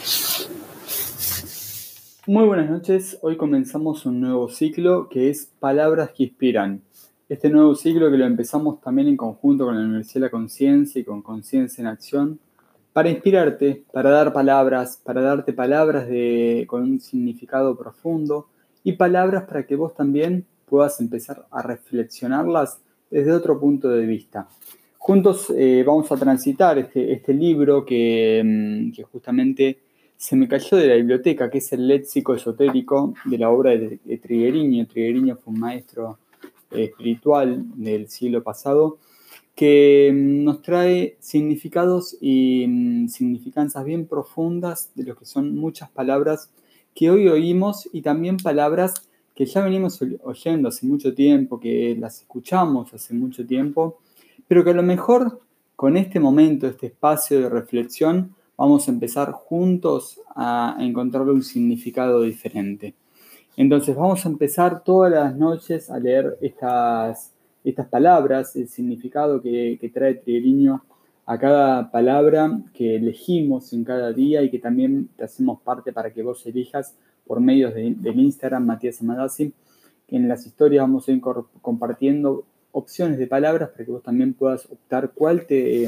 Muy buenas noches, hoy comenzamos un nuevo ciclo que es Palabras que Inspiran. Este nuevo ciclo que lo empezamos también en conjunto con la Universidad de la Conciencia y con Conciencia en Acción, para inspirarte, para dar palabras, para darte palabras con un significado profundo y palabras para que vos también puedas empezar a reflexionarlas desde otro punto de vista. Juntos vamos a transitar este libro que justamente se me cayó de la biblioteca, que es el léxico esotérico de la obra de Triguerio. Triguerio fue un maestro espiritual del siglo pasado que nos trae significados y significancias bien profundas de lo que son muchas palabras que hoy oímos y también palabras que ya venimos oyendo hace mucho tiempo, que las escuchamos hace mucho tiempo, pero que a lo mejor con este momento, este espacio de reflexión, vamos a empezar juntos a encontrarle un significado diferente. Entonces vamos a empezar todas las noches a leer estas palabras, el significado que trae Triguerio a cada palabra que elegimos en cada día y que también te hacemos parte para que vos elijas por medios del Instagram Matías Amadasi. En las historias vamos a ir compartiendo opciones de palabras para que vos también puedas optar cuál te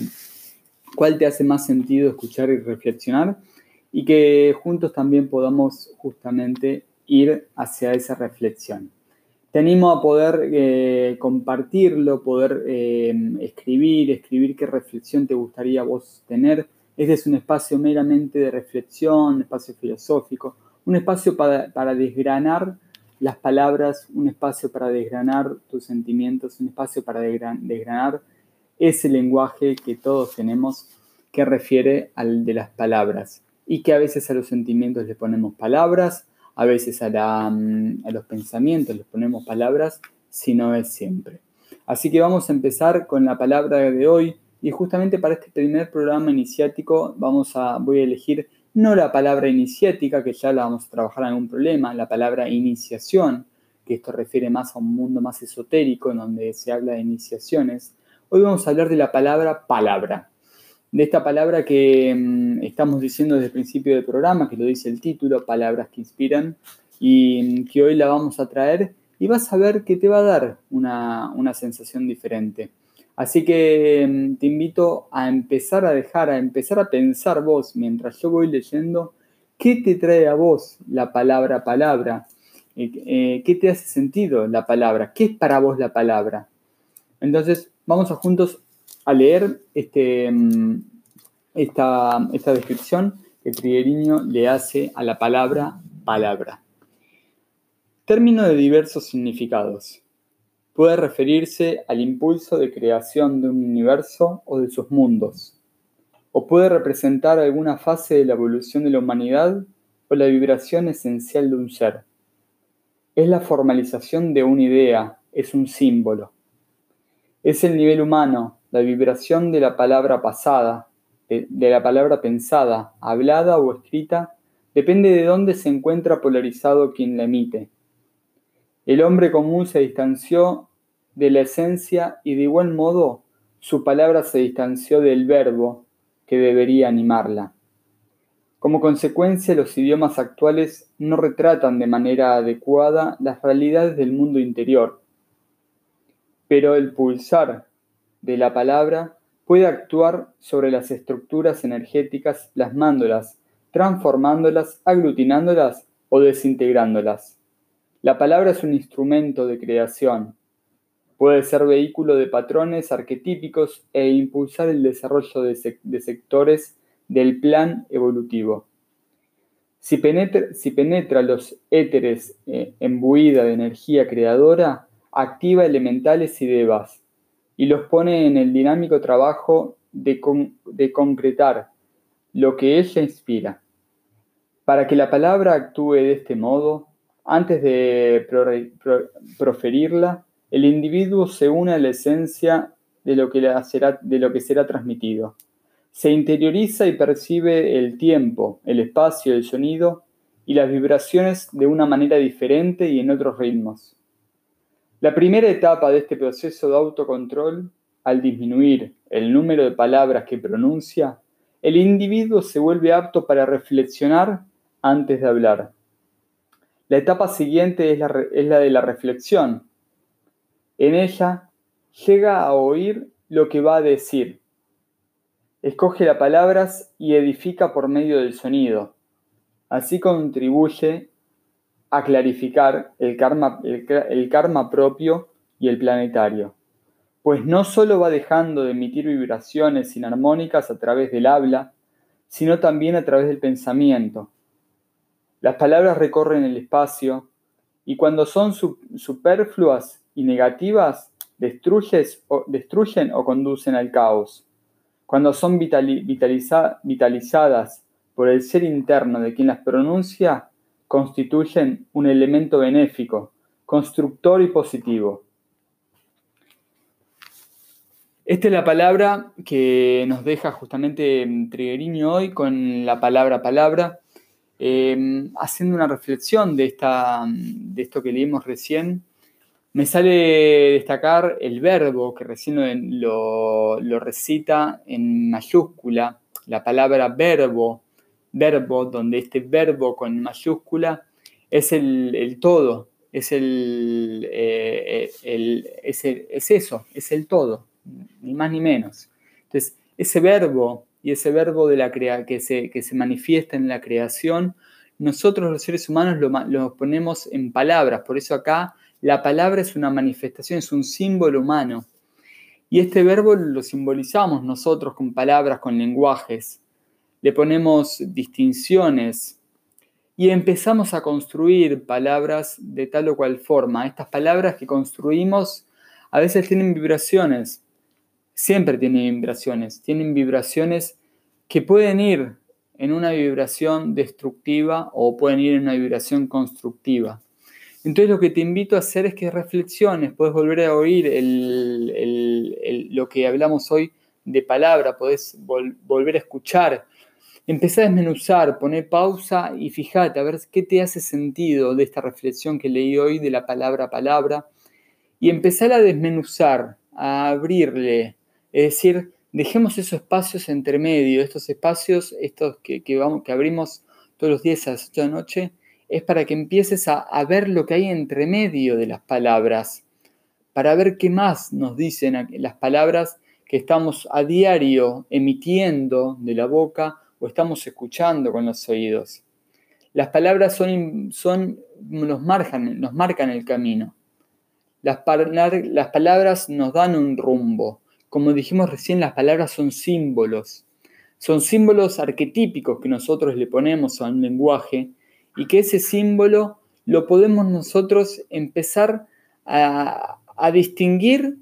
hace más sentido escuchar y reflexionar y que juntos también podamos justamente ir hacia esa reflexión. Te animo a poder compartirlo, poder escribir qué reflexión te gustaría a vos tener. Este es un espacio meramente de reflexión, un espacio filosófico, un espacio para desgranar las palabras, un espacio para desgranar tus sentimientos, un espacio para desgranar ese lenguaje que todos tenemos que refiere al de las palabras y que a veces a los sentimientos le ponemos palabras, a veces a los pensamientos les ponemos palabras, si no es siempre. Así que vamos a empezar con la palabra de hoy y justamente para este primer programa iniciático voy a elegir no la palabra iniciática, que ya la vamos a trabajar en un problema, la palabra iniciación, que esto refiere más a un mundo más esotérico en donde se habla de iniciaciones. Hoy vamos a hablar de la palabra palabra, de esta palabra que estamos diciendo desde el principio del programa, que lo dice el título, Palabras que Inspiran, y que hoy la vamos a traer y vas a ver que te va a dar una sensación diferente. Así que te invito a empezar a pensar vos, mientras yo voy leyendo, ¿qué te trae a vos la palabra palabra? ¿Qué te hace sentido la palabra? ¿Qué es para vos la palabra? Entonces, vamos juntos a leer esta descripción que Triguerio le hace a la palabra palabra. Término de diversos significados. Puede referirse al impulso de creación de un universo o de sus mundos, o puede representar alguna fase de la evolución de la humanidad o la vibración esencial de un ser. Es la formalización de una idea, es un símbolo. Es el nivel humano, la vibración de la palabra pasada, de la palabra pensada, hablada o escrita, depende de dónde se encuentra polarizado quien la emite. El hombre común se distanció de la esencia y de igual modo su palabra se distanció del verbo que debería animarla. Como consecuencia, los idiomas actuales no retratan de manera adecuada las realidades del mundo interior, pero el pulsar de la palabra puede actuar sobre las estructuras energéticas plasmándolas, transformándolas, aglutinándolas o desintegrándolas. La palabra es un instrumento de creación. Puede ser vehículo de patrones arquetípicos e impulsar el desarrollo de sectores del plan evolutivo. Si penetra los éteres embuida de energía creadora, activa elementales y devas, y los pone en el dinámico trabajo de concretar lo que ella inspira. Para que la palabra actúe de este modo, antes de proferirla, el individuo se une a la esencia de lo que será transmitido. Se interioriza y percibe el tiempo, el espacio, el sonido y las vibraciones de una manera diferente y en otros ritmos. La primera etapa de este proceso de autocontrol, al disminuir el número de palabras que pronuncia, el individuo se vuelve apto para reflexionar antes de hablar. La etapa siguiente es la de la reflexión. En ella llega a oír lo que va a decir. Escoge las palabras y edifica por medio del sonido. Así contribuye a clarificar el karma propio y el planetario. Pues no solo va dejando de emitir vibraciones inarmónicas a través del habla, sino también a través del pensamiento. Las palabras recorren el espacio y cuando son superfluas y negativas, destruyen o conducen al caos. Cuando son vitalizadas por el ser interno de quien las pronuncia, constituyen un elemento benéfico, constructor y positivo. Esta es la palabra que nos deja justamente Triguerini hoy con la palabra, haciendo una reflexión de esto que leímos recién. Me sale destacar el verbo que recién lo recita en mayúscula, la palabra verbo, donde este verbo con mayúscula es el todo, es eso, es el todo, ni más ni menos. Entonces, ese verbo y ese verbo que se manifiesta en la creación, nosotros los seres humanos lo ponemos en palabras, por eso acá la palabra es una manifestación, es un símbolo humano. Y este verbo lo simbolizamos nosotros con palabras, con lenguajes. Le ponemos distinciones y empezamos a construir palabras de tal o cual forma. Estas palabras que construimos a veces tienen vibraciones, siempre tienen vibraciones que pueden ir en una vibración destructiva o pueden ir en una vibración constructiva. Entonces lo que te invito a hacer es que reflexiones, puedes volver a oír lo que hablamos hoy de palabra, podés volver a escuchar, empezar a desmenuzar, poner pausa y fíjate a ver qué te hace sentido de esta reflexión que leí hoy de la palabra y empezar a desmenuzar, a abrirle, es decir, dejemos esos espacios entre medio, estos espacios que abrimos todos los días a las 8 de la noche, es para que empieces a ver lo que hay entre medio de las palabras, para ver qué más nos dicen las palabras que estamos a diario emitiendo de la boca o estamos escuchando con los oídos. Las palabras nos marcan el camino. Las palabras nos dan un rumbo. Como dijimos recién, las palabras son símbolos. Son símbolos arquetípicos que nosotros le ponemos a un lenguaje y que ese símbolo lo podemos nosotros empezar a distinguir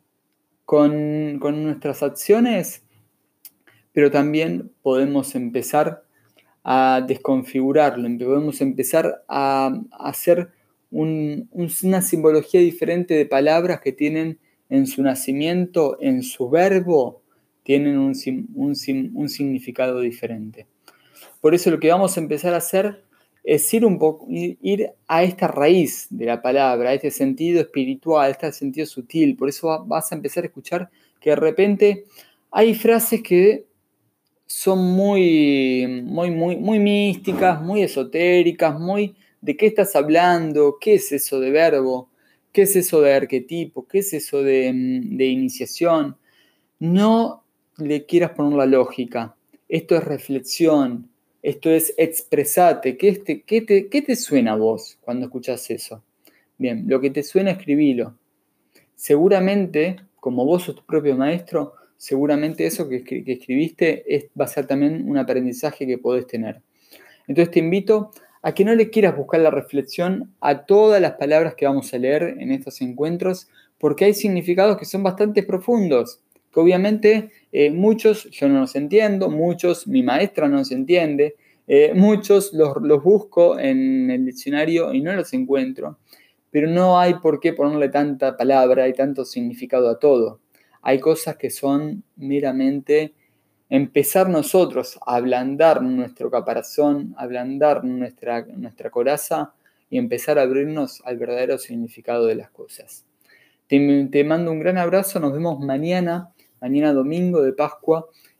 con nuestras acciones, pero también podemos empezar a desconfigurarlo, podemos empezar a hacer una simbología diferente de palabras que tienen en su nacimiento, en su verbo, tienen un significado diferente. Por eso lo que vamos a empezar a hacer es ir a esta raíz de la palabra, a este sentido espiritual, a este sentido sutil. Por eso vas a empezar a escuchar que de repente hay frases que son muy místicas, muy esotéricas, muy ¿de qué estás hablando? ¿Qué es eso de verbo? ¿Qué es eso de arquetipo? ¿Qué es eso de iniciación? No le quieras poner la lógica. Esto es reflexión. Esto es expresate. ¿Qué te suena a vos cuando escuchás eso? Bien, lo que te suena, escribilo. Seguramente, como vos sos tu propio maestro, seguramente eso que escribiste va a ser también un aprendizaje que podés tener. Entonces te invito a que no le quieras buscar la reflexión a todas las palabras que vamos a leer en estos encuentros, porque hay significados que son bastante profundos, que obviamente muchos yo no los entiendo, muchos mi maestra no los entiende, muchos los busco en el diccionario y no los encuentro, pero no hay por qué ponerle tanta palabra y tanto significado a todo. Hay cosas que son meramente empezar nosotros a ablandar nuestro caparazón, a ablandar nuestra coraza y empezar a abrirnos al verdadero significado de las cosas. Te mando un gran abrazo, nos vemos mañana domingo de Pascua,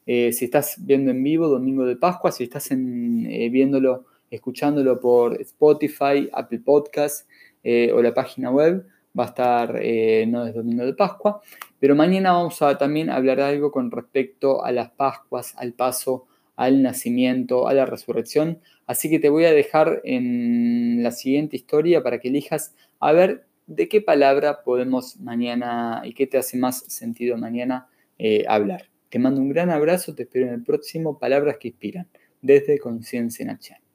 Si estás viendo en vivo, domingo de Pascua. Si estás viéndolo, escuchándolo por Spotify, Apple Podcasts o la página web, va a estar, no es domingo de Pascua. Pero mañana vamos a también hablar de algo con respecto a las Pascuas, al paso, al nacimiento, a la resurrección. Así que te voy a dejar en la siguiente historia para que elijas a ver de qué palabra podemos mañana y qué te hace más sentido mañana hablar. Te mando un gran abrazo, te espero en el próximo Palabras que Inspiran, desde Conciencia en Acción.